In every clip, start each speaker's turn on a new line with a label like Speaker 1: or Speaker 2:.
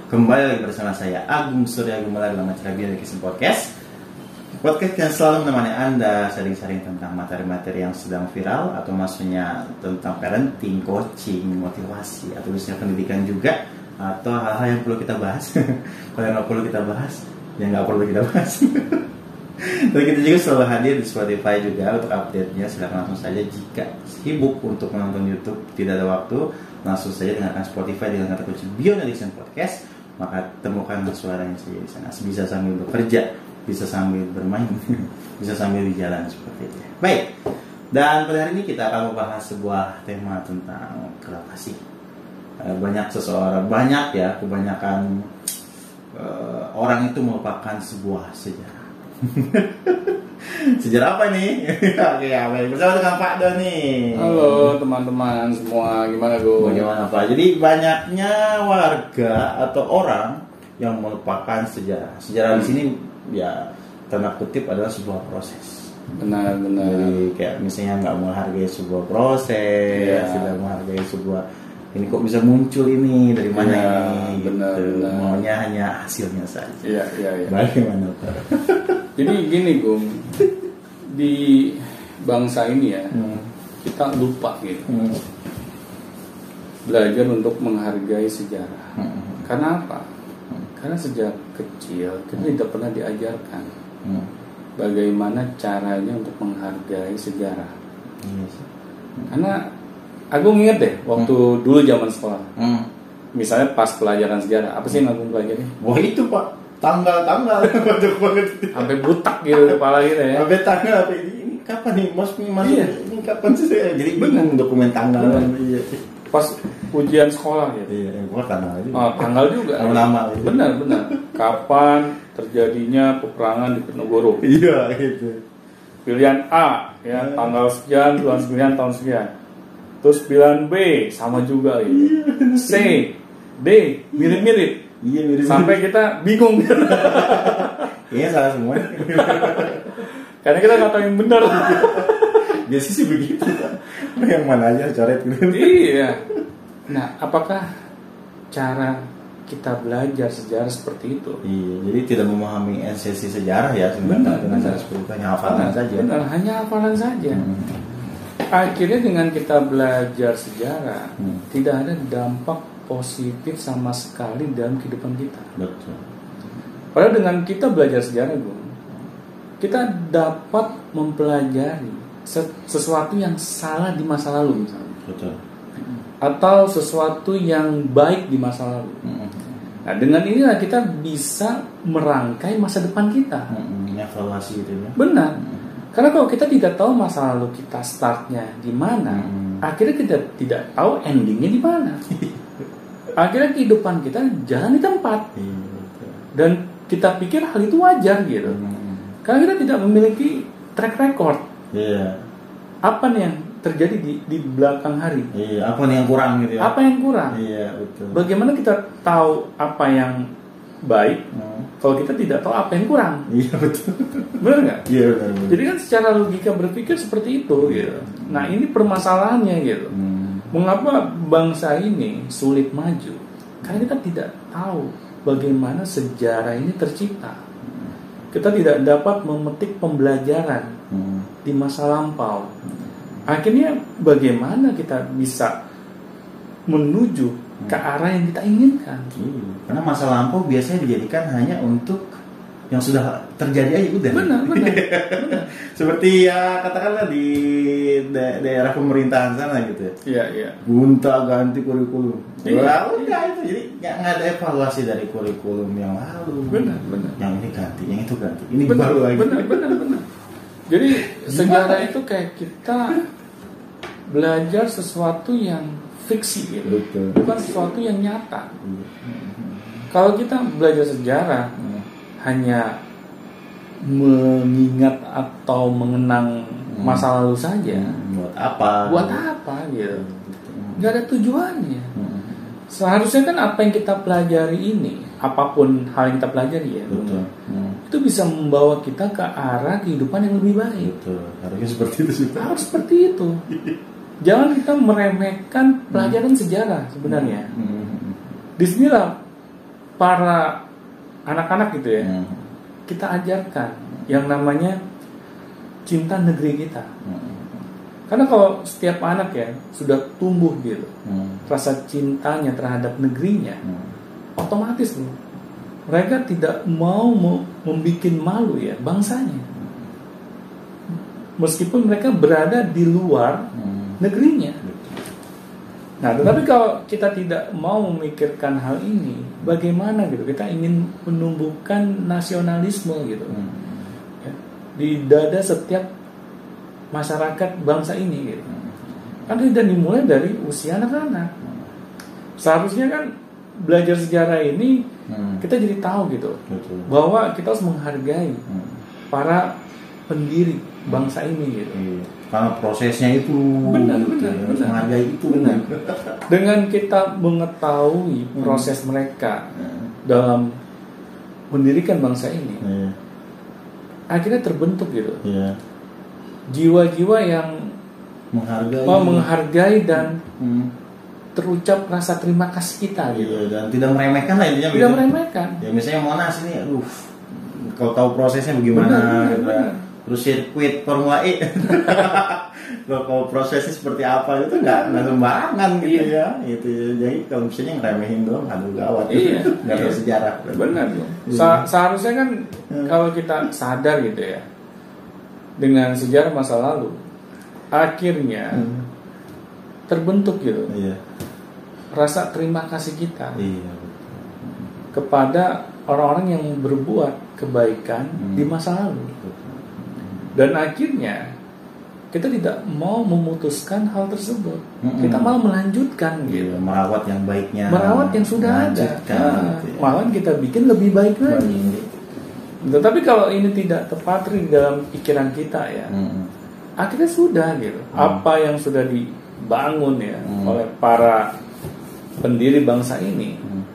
Speaker 1: Kembali lagi bersama saya Agung Surya Gumelar dalam acara Bioeducation Podcast. Podcast yang selalu menemani Anda sharing-sharing tentang materi-materi yang sedang viral, atau maksudnya tentang parenting, coaching, motivasi, atau misalnya pendidikan juga, atau hal-hal yang perlu kita bahas. Kalau yang nggak perlu kita bahas, yang nggak perlu kita bahas. Dan kita juga selalu hadir di Spotify juga untuk update-nya. Silakan langsung saja, jika sibuk untuk menonton YouTube, tidak ada waktu, langsung saja dengarkan Spotify dengan kata kunci Bioeducation Podcast, maka temukan suaranya saja di sana. Bisa sambil bekerja, bisa sambil bermain, bisa sambil di jalan, seperti itu. Baik, dan pada hari ini kita akan membahas sebuah tema tentang kenapa sih kebanyakan orang itu melupakan sebuah sejarah. Sejarah apa nih? Oke, bersama dengan Pak Doni.
Speaker 2: Halo teman-teman semua, gimana Gu?
Speaker 1: Bagaimana Pak? Jadi banyaknya warga atau orang yang melupakan sejarah. Sejarah di sini ya tanda kutip adalah sebuah proses.
Speaker 2: Benar.
Speaker 1: Jadi kayak misalnya nggak menghargai sebuah proses, tidak menghargai sebuah ini kok bisa muncul ini dari mana ini?
Speaker 2: Benar.
Speaker 1: Maunya hanya hasilnya saja.
Speaker 2: Iya.
Speaker 1: Bagaimana Pak?
Speaker 2: Jadi gini Gung, di bangsa ini ya kita lupa gitu belajar untuk menghargai sejarah. Karena apa? Karena sejak kecil kita tidak pernah diajarkan bagaimana caranya untuk menghargai sejarah. Karena aku inget deh waktu dulu zaman sekolah, misalnya pas pelajaran sejarah, apa sih yang aku pelajari?
Speaker 1: Wah itu Pak, tanggal banyak banget.
Speaker 2: Sampai butak gitu kepala kita ya.
Speaker 1: Sampai tanggal apa ini kapan nih masuk
Speaker 2: Iya.
Speaker 1: ini kapan sih saya jadi bingung dokumen tanggal. Iya.
Speaker 2: Pas ujian sekolah gitu.
Speaker 1: Iya, gua tanggal aja.
Speaker 2: Oh, tanggal juga.
Speaker 1: Nama.
Speaker 2: Benar. Kapan terjadinya peperangan di Penogoro?
Speaker 1: Iya gitu.
Speaker 2: Pilihan A ya, tanggal sekian, bulan sekian, tahun sekian. Terus pilihan B sama juga gitu. C, D mirip-mirip.
Speaker 1: Iya mirip.
Speaker 2: Sampai kita bingung.
Speaker 1: Iya salah semua.
Speaker 2: Karena kita nggak tahu yang benar.
Speaker 1: Biasanya sih begitu. Yang mana aja coret gitu.
Speaker 2: Iya. Nah, apakah cara kita belajar sejarah seperti itu?
Speaker 1: Iya, jadi tidak memahami esensi sejarah ya sebenarnya dengan cara seperti itu, hanya hafalan saja.
Speaker 2: Benar, hanya hafalan saja. Akhirnya dengan kita belajar sejarah, tidak ada dampak positif sama sekali dalam kehidupan kita.
Speaker 1: Betul.
Speaker 2: Padahal dengan kita belajar sejarah, kita dapat mempelajari sesuatu yang salah di masa lalu misalnya.
Speaker 1: Betul.
Speaker 2: Atau sesuatu yang baik di masa lalu. Nah, dengan inilah kita bisa merangkai masa depan kita.
Speaker 1: Evaluasi itu ya.
Speaker 2: Benar. Karena kalau kita tidak tahu masa lalu kita startnya di mana, akhirnya kita tidak tahu endingnya di mana. Akhirnya kehidupan kita jalan di tempat. Dan kita pikir hal itu wajar gitu. Karena kita tidak memiliki track record.
Speaker 1: Iya.
Speaker 2: Apa nih yang terjadi di belakang hari?
Speaker 1: Iya, apa nih yang kurang gitu ya?
Speaker 2: Apa yang kurang?
Speaker 1: Iya, betul.
Speaker 2: Bagaimana kita tahu apa yang baik kalau kita tidak tahu apa yang kurang?
Speaker 1: Iya, betul.
Speaker 2: Benar nggak?
Speaker 1: Iya, benar.
Speaker 2: Jadi kan secara logika berpikir seperti itu gitu. Nah, ini permasalahannya gitu. Mengapa bangsa ini sulit maju? Karena kita tidak tahu bagaimana sejarah ini tercipta. Kita tidak dapat memetik pembelajaran di masa lampau. Akhirnya bagaimana kita bisa menuju ke arah yang kita inginkan?
Speaker 1: Karena masa lampau biasanya dijadikan hanya untuk yang sudah terjadi aja udah.
Speaker 2: Benar.
Speaker 1: Seperti ya katakanlah di daerah pemerintahan sana gitu ya.
Speaker 2: Iya.
Speaker 1: Gonta ganti kurikulum.
Speaker 2: Iya.
Speaker 1: Udah itu, jadi nggak ada evaluasi dari kurikulum yang lalu.
Speaker 2: Benar.
Speaker 1: Yang ini ganti, yang itu ganti. Ini
Speaker 2: Benar,
Speaker 1: baru lagi.
Speaker 2: Benar. Jadi sejarah itu kayak kita belajar sesuatu yang fiksi gitu.
Speaker 1: Betul.
Speaker 2: Bukan sesuatu yang nyata. Kalau kita belajar sejarah hanya mengingat atau mengenang masa lalu saja, buat apa gitu, nggak ada tujuannya. Seharusnya kan apa yang kita pelajari ini, apapun hal yang kita pelajari ya, itu bisa membawa kita ke arah kehidupan yang lebih baik.
Speaker 1: Betul. Harusnya seperti itu sih.
Speaker 2: Harus seperti itu. Jangan kita meremehkan pelajaran sejarah sebenarnya. Disinilah para anak-anak gitu ya, kita ajarkan yang namanya cinta negeri kita. Karena kalau setiap anak ya sudah tumbuh gitu, rasa cintanya terhadap negerinya, otomatis loh, mereka tidak mau membuat malu ya bangsanya. Meskipun mereka berada di luar negerinya. Nah, tetapi kalau kita tidak mau memikirkan hal ini, bagaimana gitu? Kita ingin menumbuhkan nasionalisme gitu ya, di dada setiap masyarakat bangsa ini gitu. Kan tidak dimulai dari usia anak-anak. Seharusnya kan belajar sejarah ini kita jadi tahu gitu, bahwa kita harus menghargai para pendiri bangsa ini gitu.
Speaker 1: Karena prosesnya itu
Speaker 2: benar.
Speaker 1: menghargai itu
Speaker 2: benar. Dengan kita mengetahui proses mereka dalam mendirikan bangsa ini, akhirnya terbentuk gitu jiwa-jiwa yang menghargai dan terucap rasa terima kasih kita gitu.
Speaker 1: Dan tidak meremehkan lah intinya.
Speaker 2: Tidak meremehkan.
Speaker 1: Ya misalnya Monas ini, kalau tahu prosesnya bagaimana, benar. Terus sirkuit Formula E, kalau prosesnya seperti apa itu nggak sembarangan gitu ya. Itu jadi kalau misalnya ngeremehin doang, aduh gawat. Nggak tahu sejarah.
Speaker 2: Benar dong. Seharusnya kan kalau kita sadar gitu ya dengan sejarah masa lalu, akhirnya terbentuk gitu rasa terima kasih kita kepada orang-orang yang berbuat kebaikan di masa lalu. Dan akhirnya kita tidak mau memutuskan hal tersebut. Kita malah melanjutkan gitu.
Speaker 1: Merawat yang baiknya.
Speaker 2: Merawat yang sudah ada. Malah kita bikin lebih baik lagi. Tetapi kalau ini tidak terpatri dalam pikiran kita ya, akhirnya sudah gitu. Apa yang sudah dibangun ya oleh para pendiri bangsa ini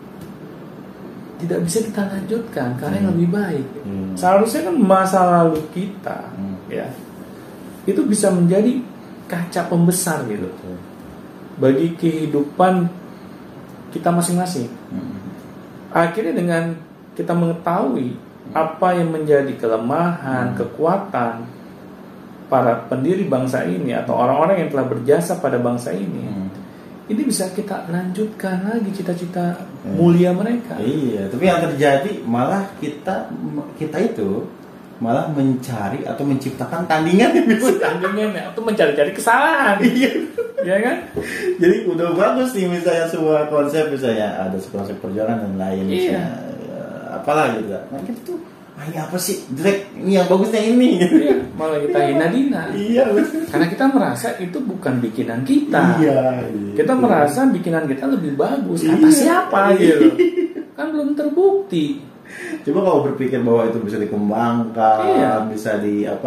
Speaker 2: tidak bisa kita lanjutkan karena yang lebih baik. Seharusnya kan masa lalu kita ya itu bisa menjadi kaca pembesar gitu bagi kehidupan kita masing-masing. Akhirnya dengan kita mengetahui apa yang menjadi kelemahan, kekuatan para pendiri bangsa ini atau orang-orang yang telah berjasa pada bangsa ini, ini bisa kita lanjutkan lagi cita-cita mulia mereka.
Speaker 1: Iya, tapi yang terjadi malah kita itu malah mencari atau menciptakan tandingan
Speaker 2: atau mencari-cari kesalahan.
Speaker 1: Iya,
Speaker 2: ya kan?
Speaker 1: Jadi udah bagus nih misalnya sebuah konsep, misalnya ada konsep perjuangan dan lain, misalnya apalah gitu. Nah kita tuh ini apa sih jelek, ini yang bagusnya ini.
Speaker 2: Iya, malah kita hina-hina.
Speaker 1: Iya,
Speaker 2: karena kita merasa itu bukan bikinan kita.
Speaker 1: Iya.
Speaker 2: Kita merasa bikinan kita lebih bagus. Kata siapa gitu? Kan belum terbukti.
Speaker 1: Coba kalau berpikir bahwa itu bisa dikembangkan, bisa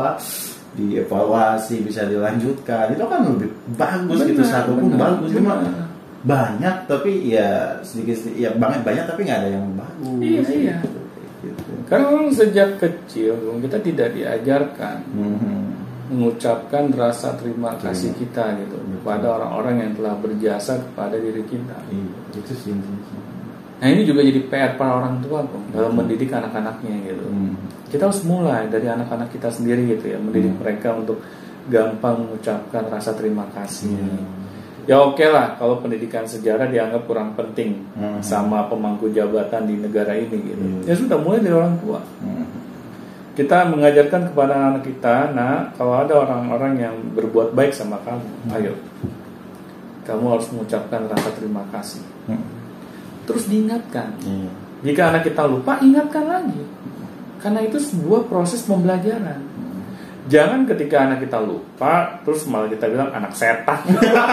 Speaker 1: dievaluasi, bisa dilanjutkan, itu kan lebih bagus. Gitu, satu pun bagus. Cuma banyak tapi ya sedikit ya banyak tapi nggak ada yang bagus.
Speaker 2: Iya. Gitu. Karena memang sejak kecil kita tidak diajarkan mengucapkan rasa terima kasih kita gitu kepada orang-orang yang telah berjasa kepada diri kita.
Speaker 1: Itu sih.
Speaker 2: Nah ini juga jadi PR para orang tua dalam mendidik anak-anaknya gitu. Kita harus mulai dari anak-anak kita sendiri gitu ya, mendidik mereka untuk gampang mengucapkan rasa terima kasih. Ya oke lah kalau pendidikan sejarah dianggap kurang penting sama pemangku jabatan di negara ini gitu. Ya sudah, mulai dari orang tua. Kita mengajarkan kepada anak kita, nah kalau ada orang-orang yang berbuat baik sama kamu, ayo kamu harus mengucapkan rasa terima kasih. Terus diingatkan. Jika anak kita lupa, ingatkan lagi. Karena itu sebuah proses pembelajaran. Jangan ketika anak kita lupa, terus malah kita bilang anak setan.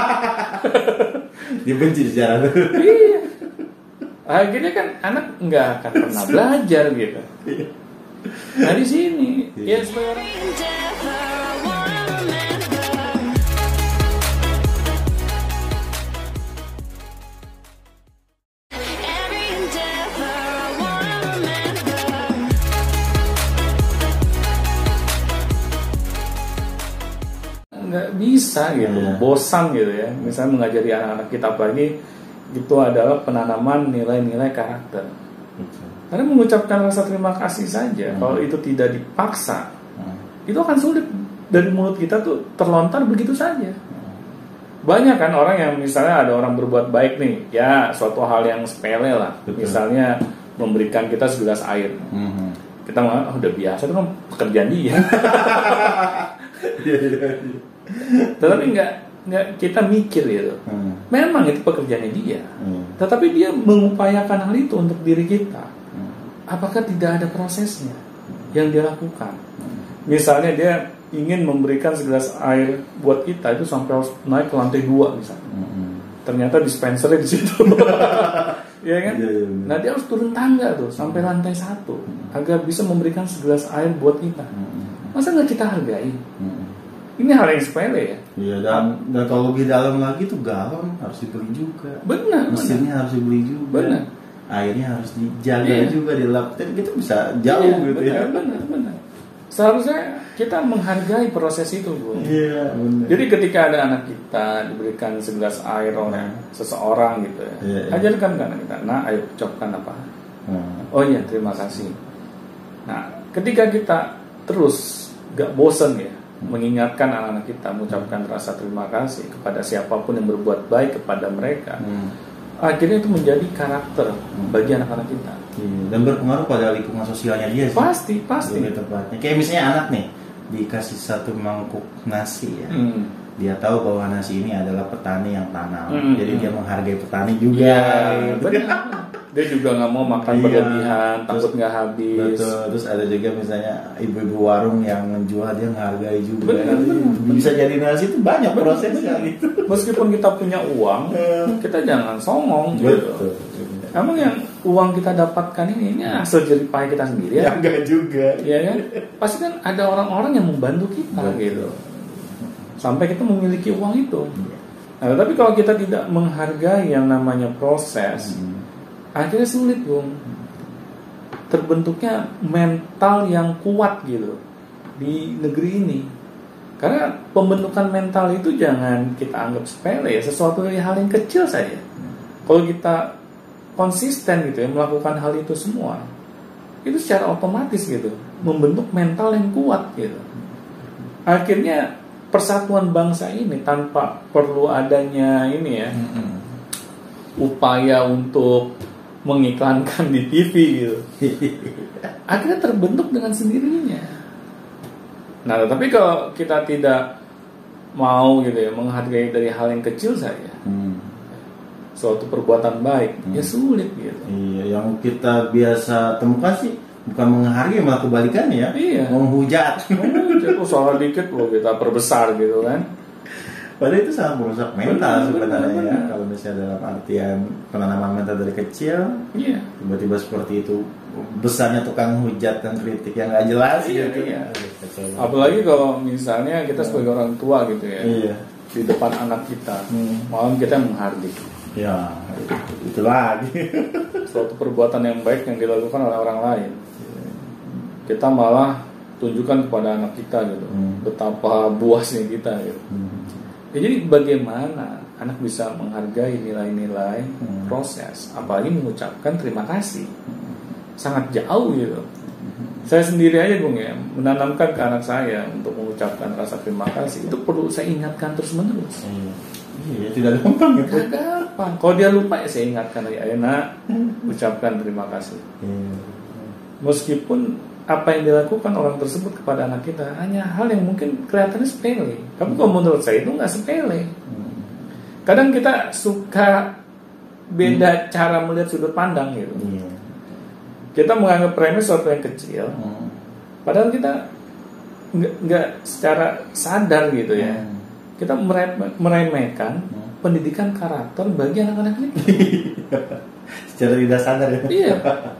Speaker 1: Dibenci sejarah.
Speaker 2: Iya. Akhirnya kan anak nggak akan pernah belajar gitu. Nah di sini, ya sebagai orang. Nggak bisa gitu, bosan gitu ya. Misalnya mengajari anak-anak kita, apalagi itu adalah penanaman nilai-nilai karakter.
Speaker 1: Betul.
Speaker 2: Karena mengucapkan rasa terima kasih saja, kalau itu tidak dipaksa, itu akan sulit dari mulut kita tuh terlontar begitu saja. Banyak kan orang yang misalnya ada orang berbuat baik nih, ya suatu hal yang sepele lah.
Speaker 1: Betul.
Speaker 2: Misalnya memberikan kita segelas air. Kita udah biasa, itu kan pekerjaan dia. Tetapi nggak kita mikir gitu. Memang itu pekerjaannya dia. Tetapi dia mengupayakan hal itu untuk diri kita. Apakah tidak ada prosesnya yang dia lakukan? Misalnya dia ingin memberikan segelas air buat kita, itu sampai harus naik ke lantai 2 misalnya. Ternyata dispensernya di situ. Ya kan? Nah, dia harus turun tangga tuh sampai lantai 1 agar bisa memberikan segelas air buat kita. Masa nggak kita hargai? Ini hal yang sepele ya.
Speaker 1: Iya, dan kalau lebih dalam lagi tuh galon harus dibeli juga.
Speaker 2: Benar.
Speaker 1: Mesinnya harus dibeli juga.
Speaker 2: Benar.
Speaker 1: Airnya harus dijaga juga, dilap. Kita bisa jauh gitu ya.
Speaker 2: Benar. Seharusnya kita menghargai proses itu, Bu.
Speaker 1: Iya, benar.
Speaker 2: Jadi ketika ada anak kita diberikan segelas air oleh seseorang gitu ya, ajarkan ke anak kita, nah ayo ucapkan apa? Oh iya, terima kasih. Nah, ketika kita terus gak bosan ya mengingatkan anak-anak kita mengucapkan rasa terima kasih kepada siapapun yang berbuat baik kepada mereka, akhirnya itu menjadi karakter bagi anak-anak kita.
Speaker 1: Dan berpengaruh pada lingkungan sosialnya dia sih.
Speaker 2: Pasti.
Speaker 1: Tepatnya. Kayak misalnya anak nih dikasih satu mangkuk nasi ya, dia tahu bahwa nasi ini adalah petani yang tanam, jadi dia menghargai petani juga.
Speaker 2: Benar. Dia juga nggak mau makan berlebihan, takut nggak habis.
Speaker 1: Betul. Terus ada juga misalnya ibu-ibu warung yang menjual, dia menghargai juga.
Speaker 2: Benar.
Speaker 1: Bisa jadi nasi itu banyak prosesnya gitu.
Speaker 2: Meskipun kita punya uang, kita jangan songong gitu. Emang yang uang kita dapatkan ini hasil jerih payah kita sendiri ya?
Speaker 1: Enggak juga.
Speaker 2: Iya kan? Pasti kan ada orang-orang yang membantu kita gitu. Sampai kita memiliki uang itu. Nah, tapi kalau kita tidak menghargai yang namanya proses, akhirnya sulit, Bung. Terbentuknya mental yang kuat gitu di negeri ini. Karena pembentukan mental itu jangan kita anggap sepele ya, sesuatu hal yang kecil saja. Kalau kita konsisten gitu ya melakukan hal itu semua, itu secara otomatis gitu membentuk mental yang kuat gitu. Akhirnya persatuan bangsa ini tanpa perlu adanya ini ya upaya untuk mengiklankan di TV gitu, akhirnya terbentuk dengan sendirinya. Nah, tapi kalau kita tidak mau gitu ya menghargai dari hal yang kecil saja, suatu perbuatan baik, ya sulit gitu.
Speaker 1: Iya, yang kita biasa temukan sih bukan menghargai, malah kebalikannya ya.
Speaker 2: Iya.
Speaker 1: Menghujat.
Speaker 2: Salah dikit loh kita perbesar gitu kan.
Speaker 1: Padahal itu sangat merusak mental sebenarnya
Speaker 2: benar.
Speaker 1: ya. Kalau misalnya dalam artian penanaman mental dari kecil, tiba-tiba seperti itu besarnya tukang hujat dan kritik yang nggak jelas gitu.
Speaker 2: Iya. Apalagi kalau misalnya kita sebagai orang tua gitu ya, di depan anak kita, malam kita menghardik.
Speaker 1: Ya, itu lagi.
Speaker 2: Suatu perbuatan yang baik yang dilakukan oleh orang lain, kita malah tunjukkan kepada anak kita gitu, betapa buasnya kita gitu. Ya, jadi bagaimana anak bisa menghargai nilai-nilai proses, apalagi mengucapkan terima kasih, sangat jauh gitu. Saya sendiri aja, Bung ya, menanamkan ke anak saya untuk mengucapkan rasa terima kasih itu perlu saya ingatkan terus-menerus.
Speaker 1: Iya, tidak gampang ya.
Speaker 2: Tidak gampang. Kalau dia lupa ya saya ingatkan lagi, ayo nak, ucapkan terima kasih. Meskipun apa yang dilakukan orang tersebut kepada anak kita hanya hal yang mungkin kelihatannya sepele, tapi kalau menurut saya itu nggak sepele. Kadang kita suka beda cara melihat sudut pandang gitu. Kita menganggap remeh sesuatu yang kecil, padahal kita nggak secara sadar gitu ya. Kita meremehkan pendidikan karakter bagi anak-anak kita.
Speaker 1: Secara tidak sadar ya.
Speaker 2: Iya.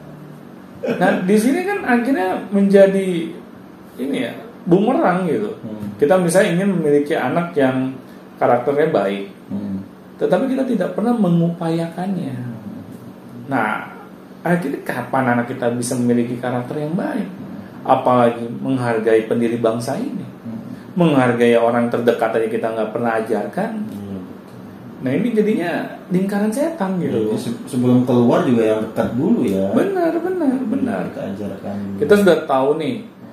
Speaker 2: Nah, di sini kan akhirnya menjadi ini ya, bumerang gitu. Kita misalnya ingin memiliki anak yang karakternya baik, tetapi kita tidak pernah mengupayakannya. Nah, akhirnya kapan anak kita bisa memiliki karakter yang baik? Apalagi menghargai pendiri bangsa ini, menghargai orang terdekat aja kita nggak pernah ajarkan. Nah ini jadinya lingkaran setan gitu.
Speaker 1: Jadi sebelum keluar juga yang dekat dulu ya.
Speaker 2: Benar.
Speaker 1: Kita ajarkan.
Speaker 2: Kita sudah tahu nih.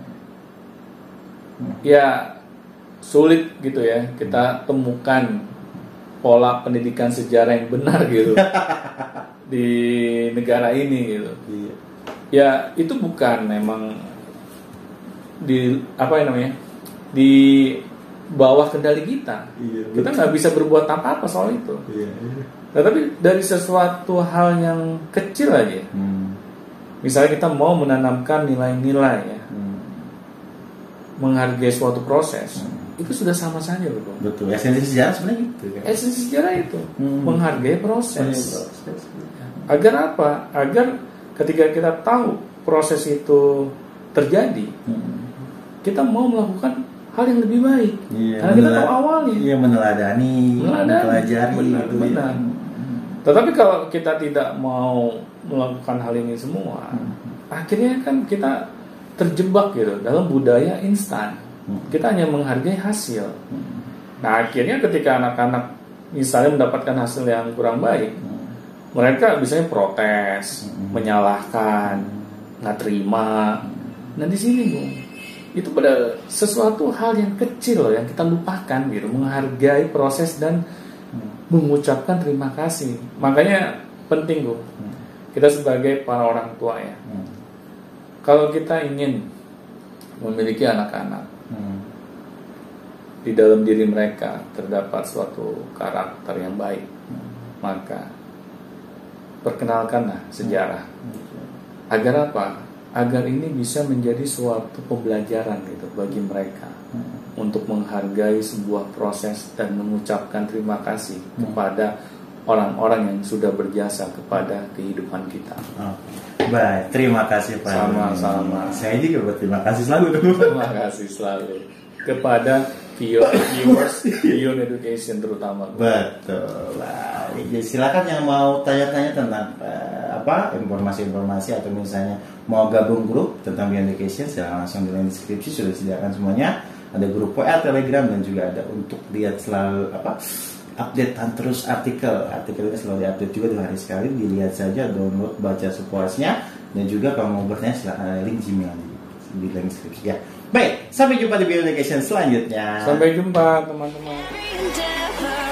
Speaker 2: Ya sulit gitu ya kita temukan pola pendidikan sejarah yang benar gitu di negara ini gitu.
Speaker 1: Iya.
Speaker 2: Ya itu bukan memang di di bawah kendali kita.
Speaker 1: Iya,
Speaker 2: Kita nggak bisa berbuat apa-apa soal itu.
Speaker 1: Iya.
Speaker 2: Nah, tapi dari sesuatu hal yang kecil aja, misalnya kita mau menanamkan nilai-nilai ya, menghargai suatu proses, itu sudah sama saja loh.
Speaker 1: Betul. Esensi sejarah sebenarnya gitu kan.
Speaker 2: Esensi sejarah itu menghargai proses. Agar apa? Agar ketika kita tahu proses itu terjadi, kita mau melakukan hal yang lebih baik.
Speaker 1: Iya,
Speaker 2: karena kita tahu awalnya.
Speaker 1: Iya, meneladani, mempelajari.
Speaker 2: Benar. Tetapi kalau kita tidak mau melakukan hal ini semua, akhirnya kan kita terjebak gitu dalam budaya instan. Kita hanya menghargai hasil. Nah akhirnya ketika anak-anak misalnya mendapatkan hasil yang kurang baik, mereka biasanya protes, menyalahkan, nggak terima. Nah di sini Bung, itu pada sesuatu hal yang kecil loh yang kita lupakan gitu, menghargai proses dan mengucapkan terima kasih. Makanya penting Bung, kita sebagai para orang tua ya, kalau kita ingin memiliki anak-anak, di dalam diri mereka terdapat suatu karakter yang baik, maka perkenalkanlah sejarah. Agar apa? Agar ini bisa menjadi suatu pembelajaran gitu bagi mereka untuk menghargai sebuah proses dan mengucapkan terima kasih kepada orang-orang yang sudah berjasa kepada kehidupan kita.
Speaker 1: Baik, terima kasih Pak.
Speaker 2: Sama-sama.
Speaker 1: Saya juga berterima kasih selalu.
Speaker 2: Terima kasih selalu kepada viewers Beyond Education terutama.
Speaker 1: Betul. Jadi silakan yang mau tanya-tanya tentang informasi-informasi atau misalnya mau gabung grup tentang Beyond Education, silahkan langsung di link deskripsi sudah disediakan semuanya. Ada grup WA, Telegram, dan juga ada untuk lihat selalu updatean terus artikel ini selalu diupdate juga 2 hari sekali. Dilihat saja, download, baca sepuasnya, dan juga kalau mau bertanya silahkan link Gmail di link deskripsi ya. Baik, sampai jumpa di Beyond Education selanjutnya.
Speaker 2: Sampai jumpa teman-teman.